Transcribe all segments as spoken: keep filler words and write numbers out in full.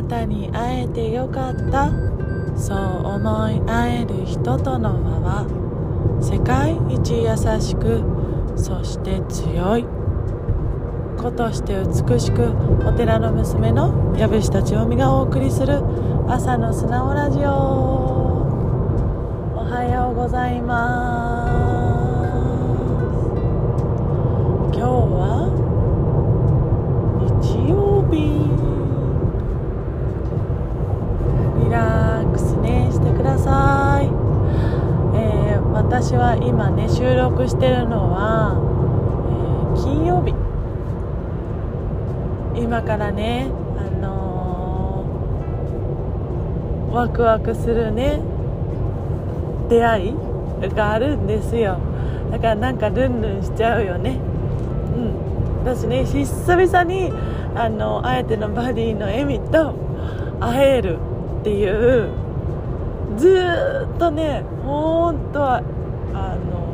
たに会えてよかった、そう思い合える人との輪は世界一優しく、そして強い子として美しく、お寺の娘の藪下千代美がお送りする朝の素直ラジオ。おはようございます。今日は日曜日、リラックスねしてください。えー、私は今ね収録してるのは、えー、金曜日。今からね、あのー、ワクワクするね出会いがあるんですよ。だからなんかルンルンしちゃうよね。うん、私ね久々にあのあえてのバディのエミと会えるっていう、ずーっとねほんとはあ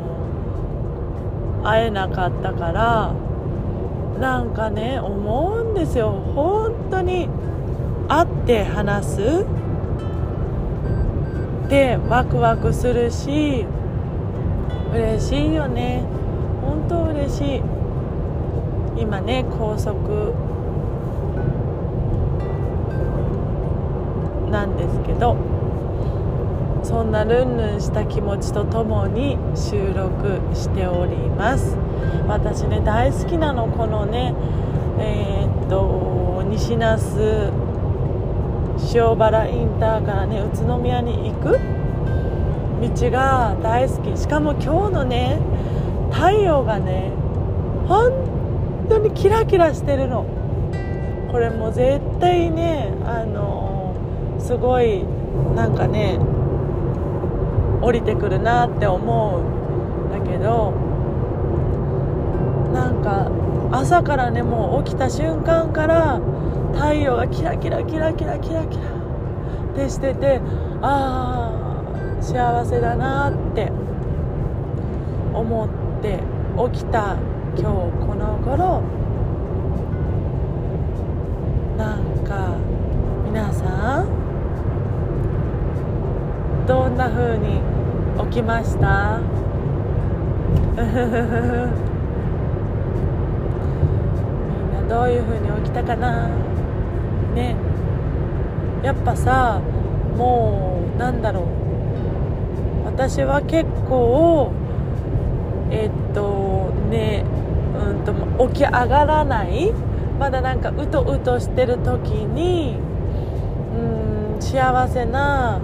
の会えなかったから、なんかね思うんですよ。本当に会って話すでワクワクするし嬉しいよね。本当嬉しい。今ね高速なんですけど、そんなルンルンした気持ちとともに収録しております。私ね大好きなの、このねえー、っと西那須塩原インターからね宇都宮に行く道が大好き。しかも今日のね太陽がね本当にキラキラしてるの。これもう絶対ねあのすごいなんかね降りてくるなって思うんだけど、なんか朝からねもう起きた瞬間から太陽がキラキラキラキラキラキラってしてて、あー幸せだなって思って起きた今日この頃。なんか皆さんどんな風に起きました？みんなどういう風に起きたかなね。やっぱさ、もうなんだろう、私は結構えっとねうんと起き上がらない、まだなんかうとうとしてる時にうん幸せな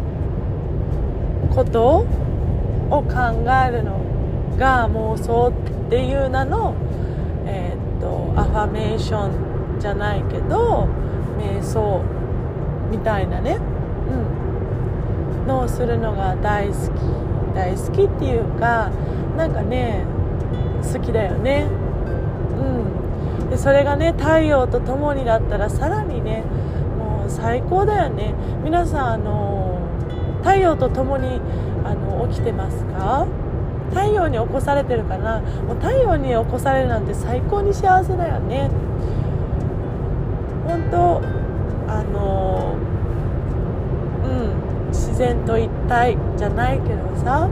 ことを考えるのが妄想っていう名の、えー、っとアファメーションじゃないけど瞑想みたいなね、うん、のをするのが大好き大好きっていうか、なんかね好きだよね。うん、でそれがね太陽とともにだったらさらにねもう最高だよね。皆さんあの太陽とともにあの起きてますか？太陽に起こされてるかな？もう太陽に起こされるなんて最高に幸せだよね。本当あのうん自然と一体じゃないけどさ、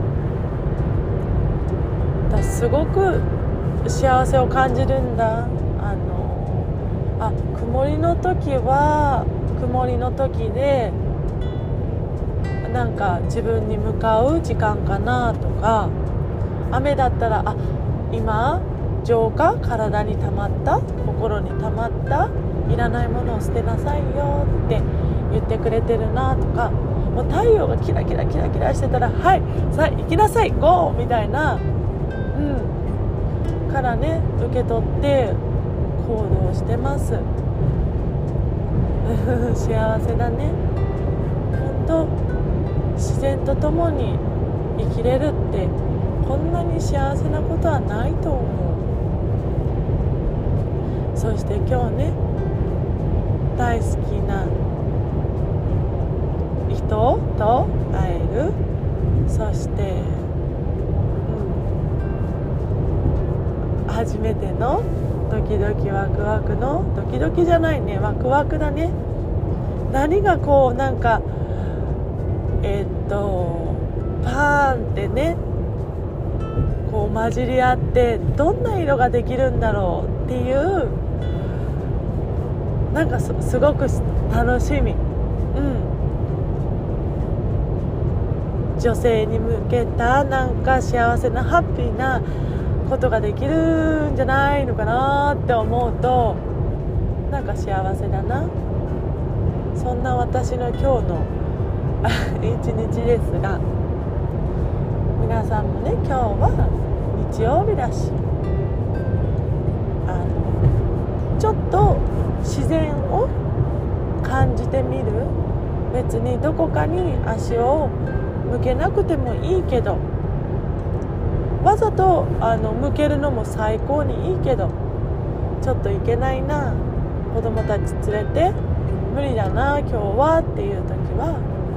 私すごく幸せを感じるんだ。あのあ曇りの時は曇りの時でなんか自分に向かう時間かなとか、雨だったらあ今浄化、体に溜まった心に溜まったいらないものを捨てなさいよって言ってくれてるなとか、もう太陽がキラキラキラキラしてたらはいさあ行きなさいゴーみたいな、うんからね受け取って行動してます。幸せだね。本当自然とともに生きれるってこんなに幸せなことはないと思う。そして今日ね大好きな人と会える、そして、うん、初めてのドキドキワクワクのドキドキじゃないねワクワクだね何がこうなんかえー、っとパーンってねこう混じり合ってどんな色ができるんだろうっていうなんか す, すごく楽しみ、うん、女性に向けたなんか幸せなハッピーなことができるんじゃないのかなって思うとなんか幸せだな。そんな私の今日の一日ですが、皆さんもね今日は日曜日だし、あのちょっと自然を感じてみる。別にどこかに足を向けなくてもいいけど、わざとあの向けるのも最高にいいけど、ちょっといけないな、子供たち連れて無理だな今日はっていう時は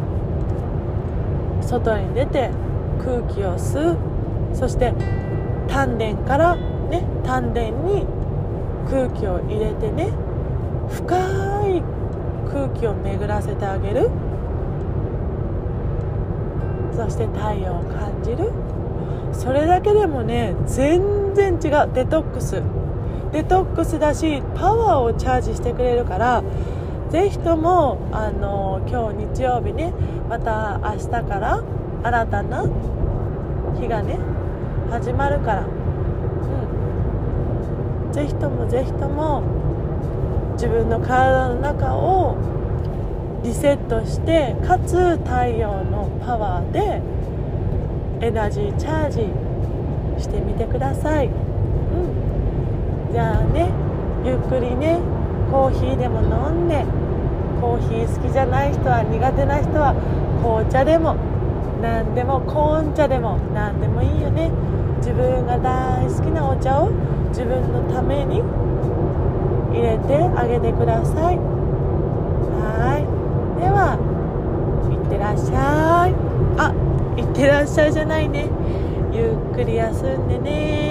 外に出て空気を吸う。そして丹田からね、丹田に空気を入れてね、深い空気を巡らせてあげる。そして太陽を感じる。それだけでもね全然違う。デトックスデトックスだしパワーをチャージしてくれるから、ぜひともあの今日日曜日ね、また明日から新たな日がね始まるから、うん、ぜひともぜひとも自分の体の中をリセットして、かつ太陽のパワーでエナジーチャージしてみてください、うん、じゃあねゆっくりねコーヒーでも飲んで、コーヒー好きじゃない人は、苦手な人は紅茶でも何でも、コーン茶でも何でもいいよね。自分が大好きなお茶を自分のために入れてあげてください。はい、ではいってらっしゃい。あ、いってらっしゃいじゃないね、ゆっくり休んでね。